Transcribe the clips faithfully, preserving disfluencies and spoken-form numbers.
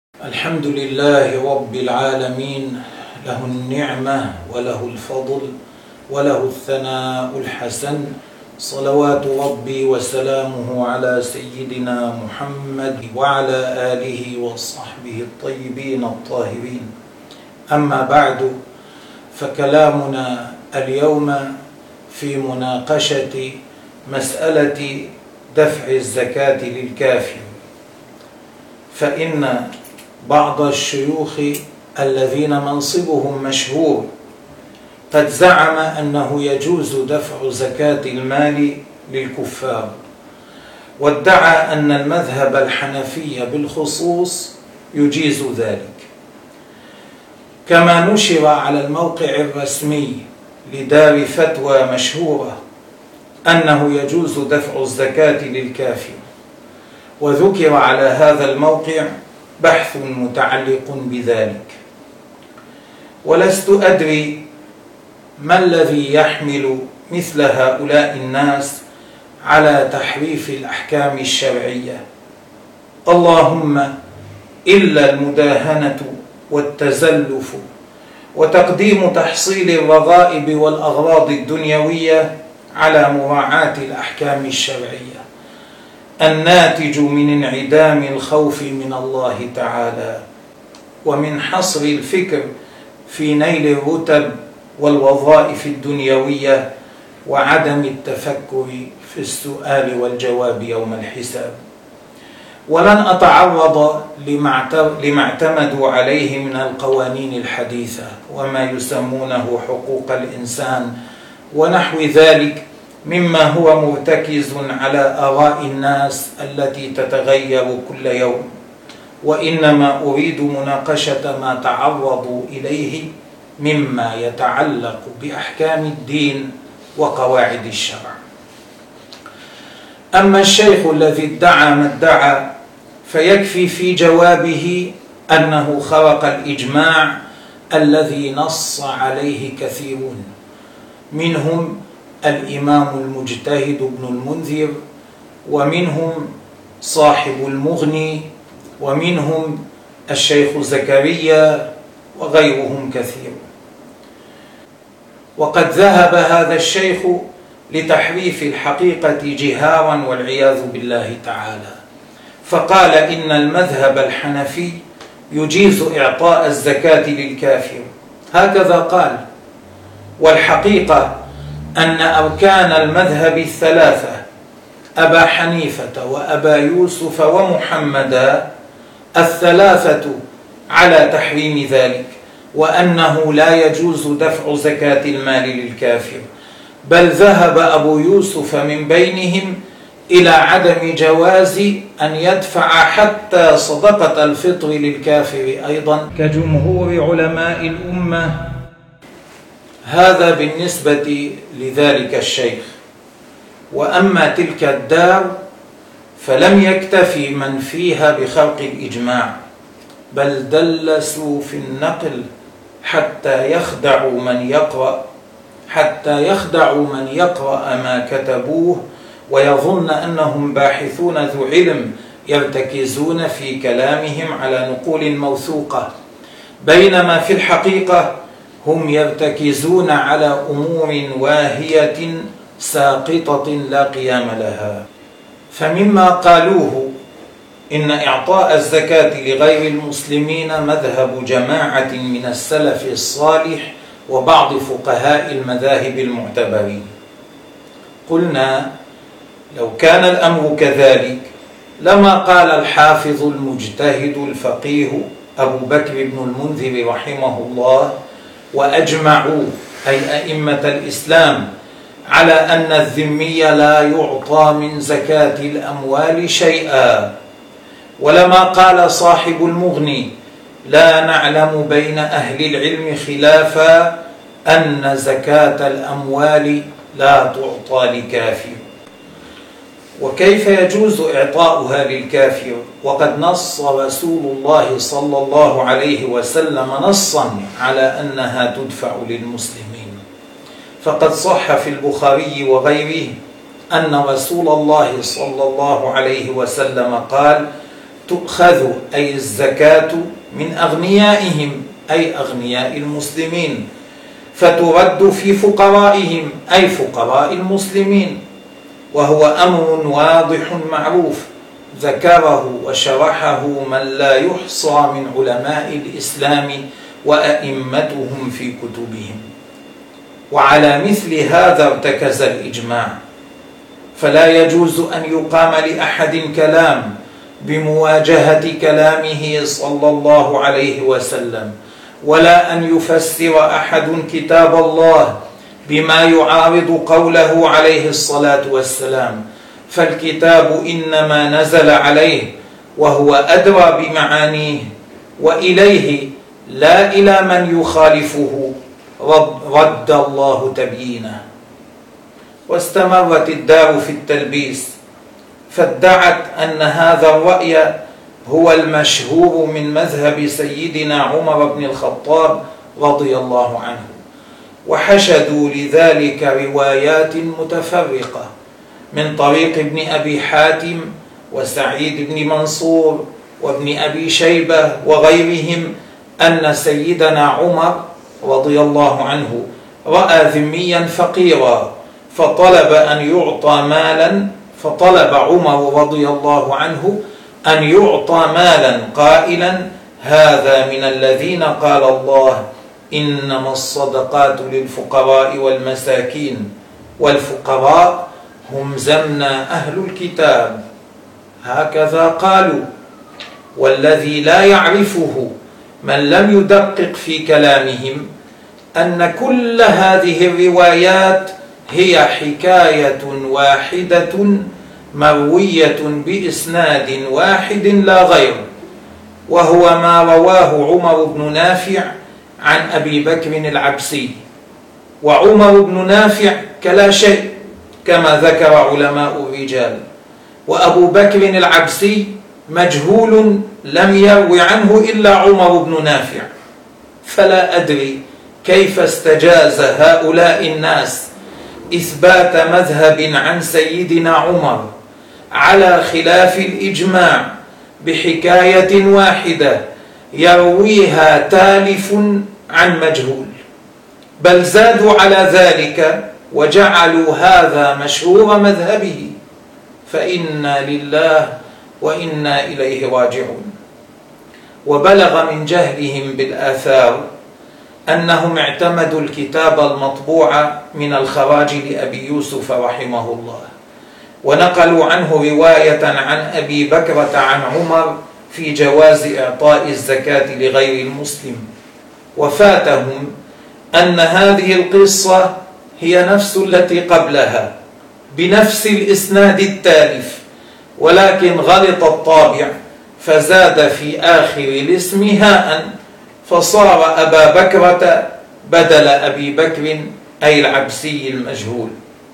الحمد لله رب العالمين، له النعمة وله الفضل وله الثناء الحسن. صلوات ربي وسلامه على سيدنا محمد وعلى آله وصحبه الطيبين الطاهرين. أما بعد، فكلامنا اليوم في مناقشة مسألة دفع الزكاة للكافر. فإن بعض الشيوخ الذين منصبهم مشهور قد زعم أنه يجوز دفع زكاة المال للكفار، وادعى أن المذهب الحنفي بالخصوص يجيز ذلك، كما نشر على الموقع الرسمي لدار فتوى مشهورة أنه يجوز دفع الزكاة للكافر. وذكر على هذا الموقع بحث متعلق بذلك، ولست أدري ما الذي يحمل مثل هؤلاء الناس على تحريف الأحكام الشرعية، اللهم إلا المداهنة والتزلف وتقديم تحصيل الرغائب والأغراض الدنيوية على مراعاة الأحكام الشرعية الناتج من انعدام الخوف من الله تعالى، ومن حصر الفكر في نيل الرتب والوظائف الدنيوية، وعدم التفكر في السؤال والجواب يوم الحساب. ولن أتعرض لما اعتمدوا عليه من القوانين الحديثة وما يسمونه حقوق الإنسان ونحو ذلك، مما هو مرتكز على آراء الناس التي تتغير كل يوم، وإنما أريد مناقشة ما تعرضوا إليه مما يتعلق بأحكام الدين وقواعد الشرع. أما الشيخ الذي ادعى ما ادعى فيكفي في جوابه أنه خرق الإجماع الذي نص عليه كثيرون، منهم الإمام المجتهد ابن المنذر، ومنهم صاحب المغني، ومنهم الشيخ زكريا، وغيرهم كثير. وقد ذهب هذا الشيخ لتحريف الحقيقة جهارا والعياذ بالله تعالى، فقال إن المذهب الحنفي يجيز إعطاء الزكاة للكافر، هكذا قال. والحقيقة أن أركان المذهب الثلاثة أبا حنيفة وأبا يوسف ومحمدا الثلاثة على تحريم ذلك، وأنه لا يجوز دفع زكاة المال للكافر، بل ذهب أبو يوسف من بينهم إلى عدم جواز أن يدفع حتى صدقة الفطر للكافر أيضا كجمهور علماء الأمة. هذا بالنسبة لذلك الشيخ. وأما تلك الدار فلم يكتفي من فيها بخرق الإجماع، بل دلسوا في النقل حتى يخدعوا من يقرأ حتى يخدعوا من يقرأ ما كتبوه ويظن أنهم باحثون ذو علم يرتكزون في كلامهم على نقول موثوقة، بينما في الحقيقة هم يرتكزون على أمور واهية ساقطة لا قيام لها. فمما قالوه إن إعطاء الزكاة لغير المسلمين مذهب جماعة من السلف الصالح وبعض فقهاء المذاهب المعتبرين. قلنا لو كان الأمر كذلك لما قال الحافظ المجتهد الفقيه أبو بكر بن المنذر رحمه الله وأجمعوا أي أئمة الإسلام على أن الذمي لا يعطى من زكاة الأموال شيئا، ولما قال صاحب المغني لا نعلم بين أهل العلم خلافا أن زكاة الأموال لا تعطى لكافر. وكيف يجوز إعطاؤها للكافر وقد نص رسول الله صلى الله عليه وسلم نصا على أنها تدفع للمسلمين؟ فقد صح في البخاري وغيره أن رسول الله صلى الله عليه وسلم قال: تؤخذ أي الزكاة من أغنيائهم أي أغنياء المسلمين، فترد في فقرائهم أي فقراء المسلمين، وهو أمر واضح معروف ذكره وشرحه من لا يحصى من علماء الإسلام وأئمتهم في كتبهم. وعلى مثل هذا ارتكز الإجماع، فلا يجوز أن يقام لأحد كلام بمواجهة كلامه صلى الله عليه وسلم، ولا أن يفسر أحد كتاب الله بما يعارض قوله عليه الصلاة والسلام، فالكتاب إنما نزل عليه وهو أدرى بمعانيه، وإليه لا إلى من يخالفه رد الله تبيينه. واستمرت الدار في التلبيس، فادعت أن هذا الرأي هو المشهور من مذهب سيدنا عمر بن الخطاب رضي الله عنه، وحشدوا لذلك روايات متفرقة من طريق ابن أبي حاتم وسعيد بن منصور وابن أبي شيبة وغيرهم أن سيدنا عمر رضي الله عنه رأى ذميا فقيرا فطلب أن يعطى مالا، فطلب عمر رضي الله عنه أن يعطى مالا قائلا: هذا من الذين قال الله إنما الصدقات للفقراء والمساكين، والفقراء هم زمنا أهل الكتاب، هكذا قالوا. والذي لا يعرفه من لم يدقق في كلامهم أن كل هذه الروايات هي حكاية واحدة مروية بإسناد واحد لا غير، وهو ما رواه عمر بن نافع عن أبي بكر العبسي، وعمر بن نافع كلا شيء كما ذكر علماء الرجال، وأبو بكر العبسي مجهول لم يروي عنه إلا عمر بن نافع. فلا أدري كيف استجاز هؤلاء الناس إثبات مذهب عن سيدنا عمر على خلاف الإجماع بحكاية واحدة يرويها تالف عن مجهول، بل زادوا على ذلك وجعلوا هذا مشهور مذهبه، فإنا لله وإنا إليه راجعون. وبلغ من جهلهم بالآثار أنهم اعتمدوا الكتاب المطبوع من الخراج لأبي يوسف رحمه الله، ونقلوا عنه رواية عن أبي بكرة عن عمر في جواز إعطاء الزكاة لغير المسلم، وفاتهم أن هذه القصة هي نفس التي قبلها بنفس الإسناد التالف، ولكن غلط الطابع فزاد في آخر الاسم هاء فصار أبا بكرة بدل أبي بكر أي العبسي المجهول.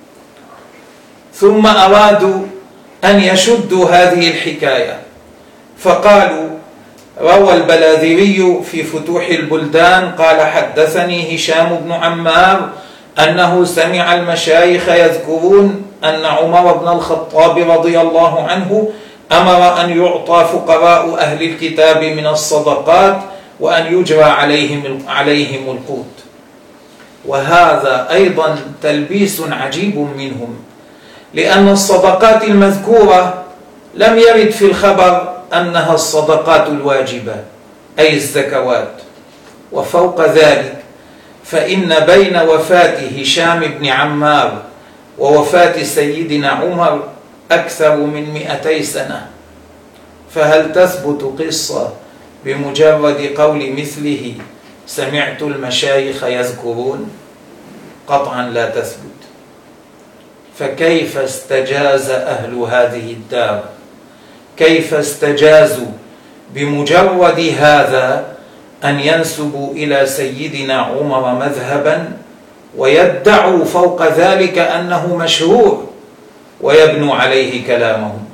ثم أرادوا أن يشدوا هذه الحكاية فقالوا: روى البلاذري في فتوح البلدان قال: حدثني هشام بن عمار أنه سمع المشايخ يذكرون أن عمر بن الخطاب رضي الله عنه أمر أن يعطى فقراء أهل الكتاب من الصدقات وأن يجرى عليهم عليهم القوت. وهذا أيضا تلبيس عجيب منهم، لأن الصدقات المذكورة لم يرد في الخبر أنها الصدقات الواجبة أي الزكوات. وفوق ذلك فإن بين وفاة هشام بن عمار ووفاة سيدنا عمر أكثر من مئتي سنة، فهل تثبت قصة بمجرد قول مثله سمعت المشايخ يذكرون؟ قطعا لا تثبت. فكيف استجاز أهل هذه الدار، كيف استجازوا بمجرد هذا أن ينسبوا إلى سيدنا عمر مذهبا ويدعوا فوق ذلك أنه مشهور ويبنوا عليه كلامهم؟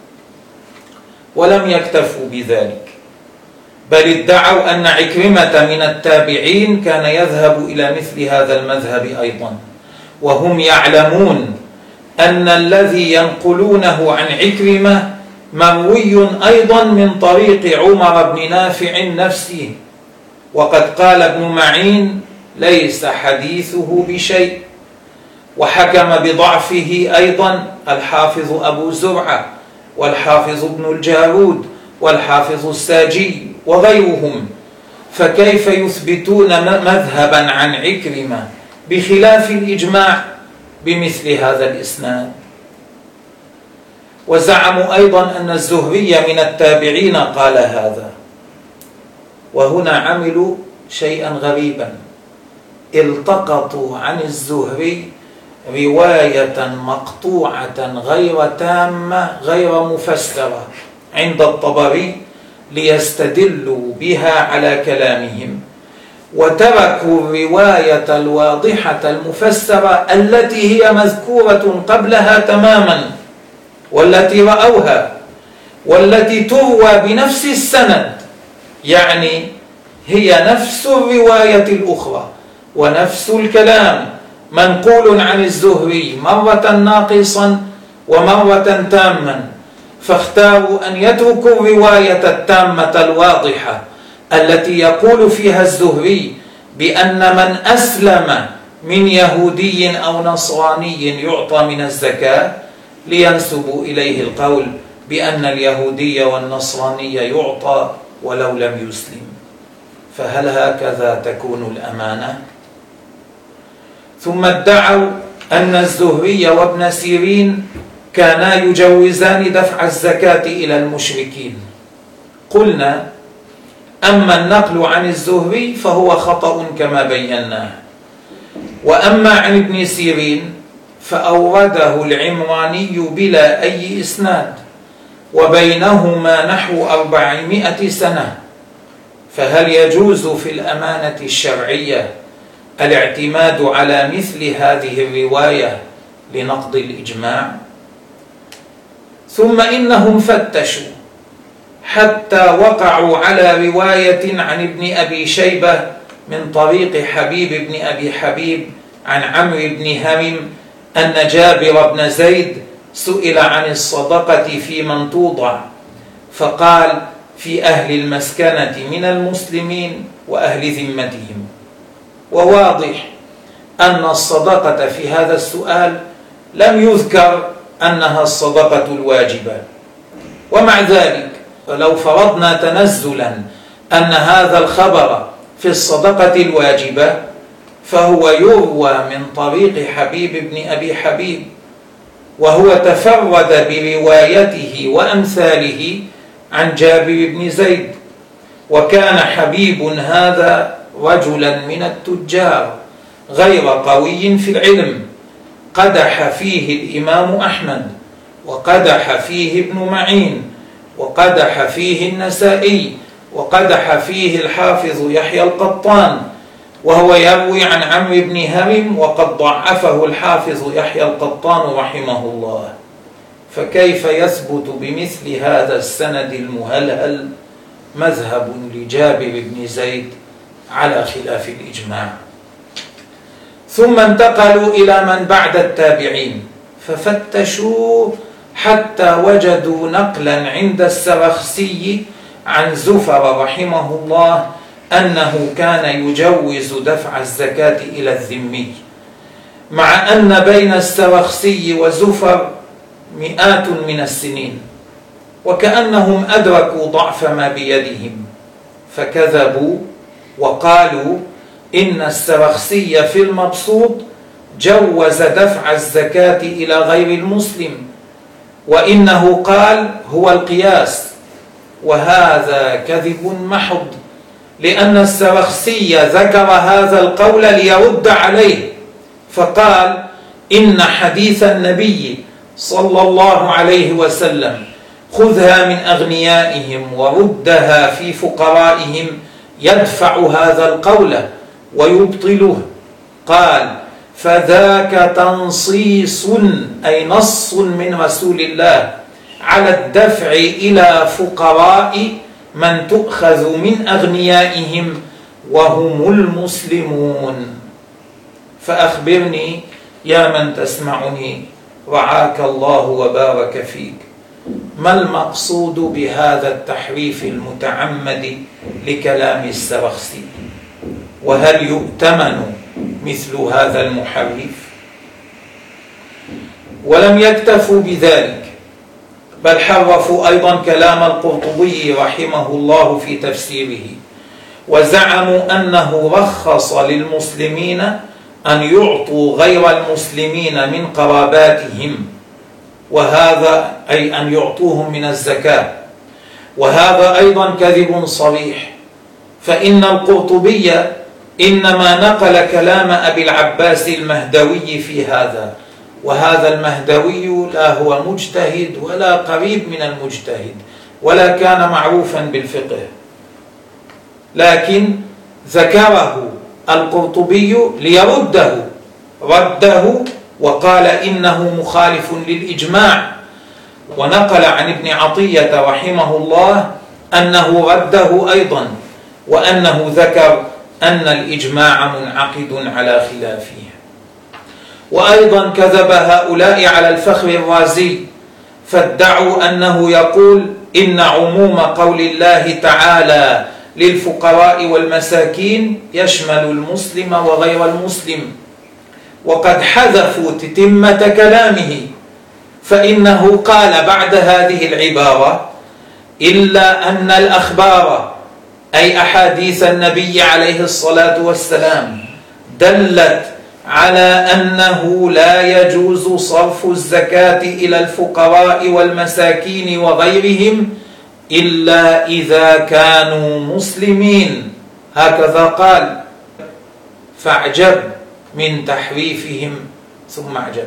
ولم يكتفوا بذلك، بل ادعوا أن عكرمة من التابعين كان يذهب إلى مثل هذا المذهب أيضا، وهم يعلمون أن الذي ينقلونه عن عكرمة مروي أيضا من طريق عمر بن نافع نفسه، وقد قال ابن معين ليس حديثه بشيء. وحكم بضعفه أيضا الحافظ أبو زرعة والحافظ ابن الجارود والحافظ الساجي وغيرهم. فكيف يثبتون مذهبا عن عكرمة بخلاف الإجماع بمثل هذا الإسناد؟ وزعموا أيضا أن الزهري من التابعين قال هذا. وهنا عملوا شيئا غريبا، التقطوا عن الزهري رواية مقطوعة غير تامة غير مفسرة عند الطبري ليستدلوا بها على كلامهم، وتركوا الرواية الواضحة المفسرة التي هي مذكورة قبلها تماما، والتي رأوها، والتي تروى بنفس السند، يعني هي نفس الرواية الأخرى ونفس الكلام منقول عن الزهري مرة ناقصا ومرة تاما، فاختاروا أن يتركوا الرواية التامة الواضحة التي يقول فيها الزهري بأن من أسلم من يهودي أو نصراني يعطى من الزكاة، لينسبوا إليه القول بأن اليهودي والنصراني يعطى ولو لم يسلم. فهل هكذا تكون الأمانة؟ ثم ادعوا أن الزهري وابن سيرين كانا يجوزان دفع الزكاة إلى المشركين. قلنا أما النقل عن الزهري فهو خطأ كما بيناه، وأما عن ابن سيرين فأورده العمراني بلا أي إسناد، وبينهما نحو أربعمائة سنة. فهل يجوز في الأمانة الشرعية الاعتماد على مثل هذه الرواية لنقض الإجماع؟ ثم إنهم فتشوا حتى وقعوا على رواية عن ابن أبي شيبة من طريق حبيب بن أبي حبيب عن عمرو بن همم أن جابر بن زيد سئل عن الصدقة في من توضع، فقال في أهل المسكنة من المسلمين وأهل ذمتهم. وواضح أن الصدقة في هذا السؤال لم يذكر أنها الصدقة الواجبة. ومع ذلك فلو فرضنا تنزلا أن هذا الخبر في الصدقة الواجبة فهو يروى من طريق حبيب بن أبي حبيب، وهو تفرد بروايته وأمثاله عن جابر بن زيد. وكان حبيب هذا رجلا من التجار غير قوي في العلم، قدح فيه الإمام أحمد، وقدح فيه ابن معين، وقدح فيه النسائي، وقدح فيه الحافظ يحيى القطان، وهو يروي عن عمرو بن همم وقد ضعفه الحافظ يحيى القطان رحمه الله. فكيف يثبت بمثل هذا السند المهلهل مذهب لجابر بن زيد على خلاف الإجماع؟ ثم انتقلوا إلى من بعد التابعين ففتشوا حتى وجدوا نقلا عند السرخسي عن زفر رحمه الله أنه كان يجوز دفع الزكاة إلى الذمي، مع أن بين السرخسي وزفر مئات من السنين، وكأنهم أدركوا ضعف ما بيدهم فكذبوا وقالوا إن السرخسي في المبسوط جوز دفع الزكاة إلى غير المسلم، وإنه قال هو القياس، وهذا كذب محض، لأن السرخسي ذكر هذا القول ليرد عليه، فقال إن حديث النبي صلى الله عليه وسلم خذها من أغنيائهم وردها في فقرائهم يدفع هذا القول ويبطله. قال فذاك تنصيص أي نص من رسول الله على الدفع إلى فقراء من تؤخذ من أغنيائهم وهم المسلمون. فأخبرني يا من تسمعني رعاك الله وبارك فيك، ما المقصود بهذا التحريف المتعمد لكلام السرخسي؟ وهل يؤتمن مثل هذا المحرف؟ ولم يكتفوا بذلك، بل حرفوا أيضا كلام القرطبي رحمه الله في تفسيره، وزعموا أنه رخص للمسلمين أن يعطوا غير المسلمين من قراباتهم، وهذا أي أن يعطوهم من الزكاة، وهذا أيضا كذب صريح، فإن القرطبي إنما نقل كلام أبي العباس المهدوي في هذا، وهذا المهدوي لا هو مجتهد ولا قريب من المجتهد ولا كان معروفا بالفقه، لكن ذكره القرطبي ليرده، رده وقال إنه مخالف للإجماع، ونقل عن ابن عطية رحمه الله أنه رده أيضا، وأنه ذكر أن الإجماع منعقد على خلافه. وأيضا كذب هؤلاء على الفخر الرازي، فادعوا أنه يقول إن عموم قول الله تعالى للفقراء والمساكين يشمل المسلم وغير المسلم، وقد حذفوا تتمة كلامه، فإنه قال بعد هذه العبارة إلا أن الأخبار أي أحاديث النبي عليه الصلاة والسلام دلت على أنه لا يجوز صرف الزكاة إلى الفقراء والمساكين وغيرهم إلا إذا كانوا مسلمين، هكذا قال. فاعجب من تحريفهم ثم اعجب.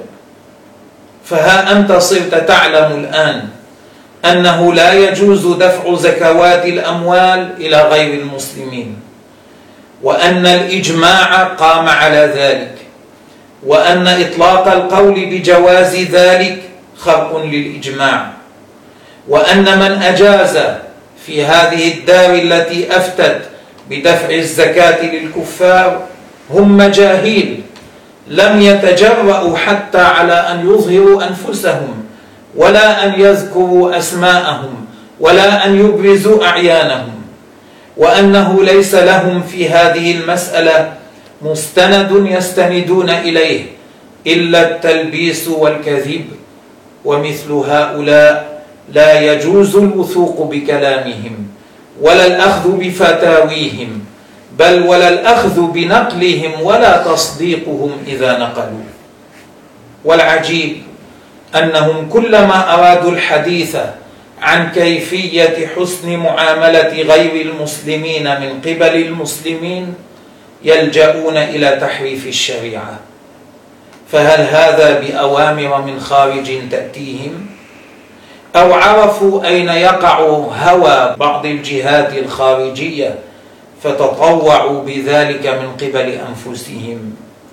فها أنت صرت تعلم الآن أنه لا يجوز دفع زكوات الأموال إلى غير المسلمين، وأن الإجماع قام على ذلك، وأن إطلاق القول بجواز ذلك خرق للإجماع، وأن من أجاز في هذه الدار التي أفتت بدفع الزكاة للكفار هم مجاهيل لم يتجرؤوا حتى على أن يظهروا أنفسهم، ولا أن يذكروا أسماءهم، ولا أن يبرزوا أعيانهم، وأنه ليس لهم في هذه المسألة مستند يستندون إليه إلا التلبيس والكذب، ومثل هؤلاء لا يجوز الوثوق بكلامهم ولا الأخذ بفتاويهم، بل ولا الأخذ بنقلهم ولا تصديقهم إذا نقلوا. والعجيب أنهم كلما أرادوا الحديث عن كيفية حسن معاملة غير المسلمين من قبل المسلمين يلجؤون إلى تحريف الشريعة، فهل هذا بأوامر من خارج تأتيهم؟ أو عرفوا أين يقع هوى بعض الجهات الخارجية فتطوعوا بذلك من قبل أنفسهم؟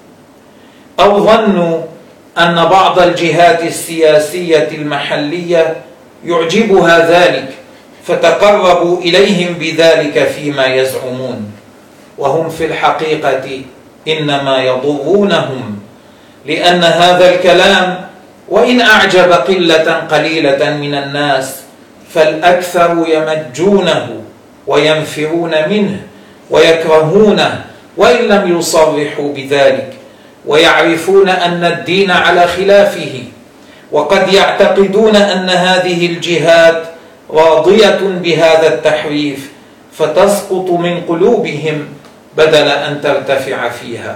أو ظنوا أن بعض الجهات السياسية المحلية يعجبها ذلك فتقربوا إليهم بذلك فيما يزعمون، وهم في الحقيقة إنما يضرونهم، لأن هذا الكلام وإن أعجب قلة قليلة من الناس فالأكثر يمجونه وينفرون منه ويكرهونه وإن لم يصرحوا بذلك، ويعرفون أن الدين على خلافه، وقد يعتقدون أن هذه الجهات راضية بهذا التحريف فتسقط من قلوبهم بدل أن ترتفع فيها.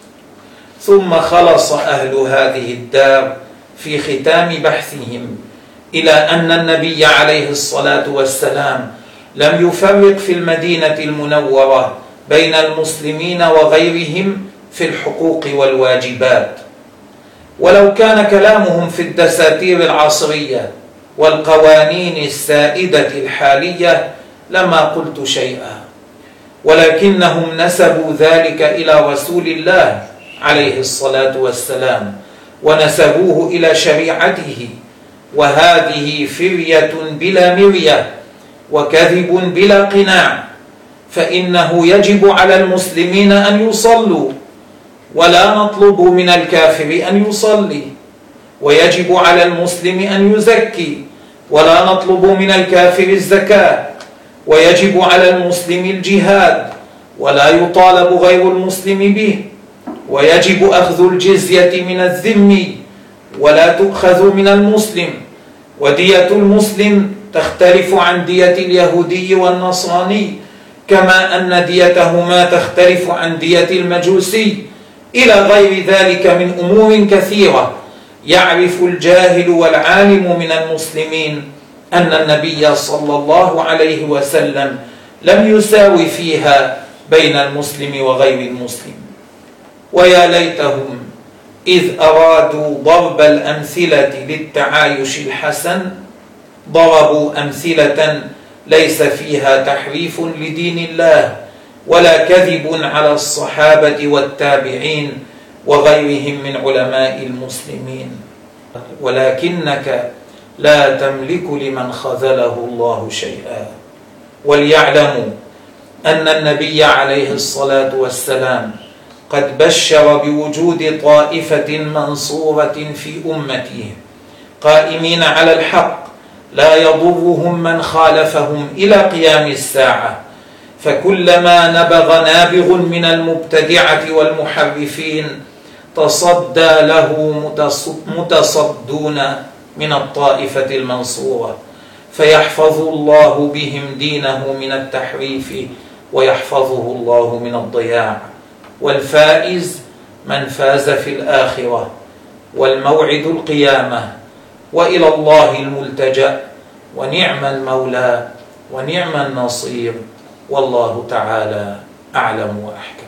ثم خلص أهل هذه الدار في ختام بحثهم إلى أن النبي عليه الصلاة والسلام لم يفرق في المدينة المنورة بين المسلمين وغيرهم في الحقوق والواجبات، ولو كان كلامهم في الدساتير العصرية والقوانين السائدة الحالية لما قلت شيئا، ولكنهم نسبوا ذلك إلى رسول الله عليه الصلاة والسلام ونسبوه إلى شريعته، وهذه فرية بلا مرية وكذب بلا قناع، فإنه يجب على المسلمين أن يصلوا ولا نطلب من الكافر أن يصلي، ويجب على المسلم أن يزكي ولا نطلب من الكافر الزكاة، ويجب على المسلم الجهاد ولا يطالب غير المسلم به، ويجب أخذ الجزية من الذمي ولا تؤخذ من المسلم، ودية المسلم تختلف عن دية اليهودي والنصراني، كما أن ديتهما تختلف عن دية المجوسي، إلى غير ذلك من أمور كثيرة يعرف الجاهل والعالم من المسلمين أن النبي صلى الله عليه وسلم لم يساوي فيها بين المسلم وغير المسلم. ويا ليتهم إذ أرادوا ضرب الأمثلة للتعايش الحسن ضربوا أمثلة ليس فيها تحريف لدين الله ولا كذب على الصحابة والتابعين وغيرهم من علماء المسلمين، ولكنك لا تملك لمن خذله الله شيئا. وليعلموا أن النبي عليه الصلاة والسلام قد بشر بوجود طائفة منصورة في أمته قائمين على الحق لا يضرهم من خالفهم إلى قيام الساعة، فكلما نبغ نابغ من المبتدعة والمحرفين تصدى له متصدون من الطائفة المنصورة، فيحفظ الله بهم دينه من التحريف ويحفظه الله من الضياع. والفائز من فاز في الآخرة، والموعد القيامة، وإلى الله الملتجأ، ونعم المولى ونعم النصير، والله تعالى أعلم وأحكم.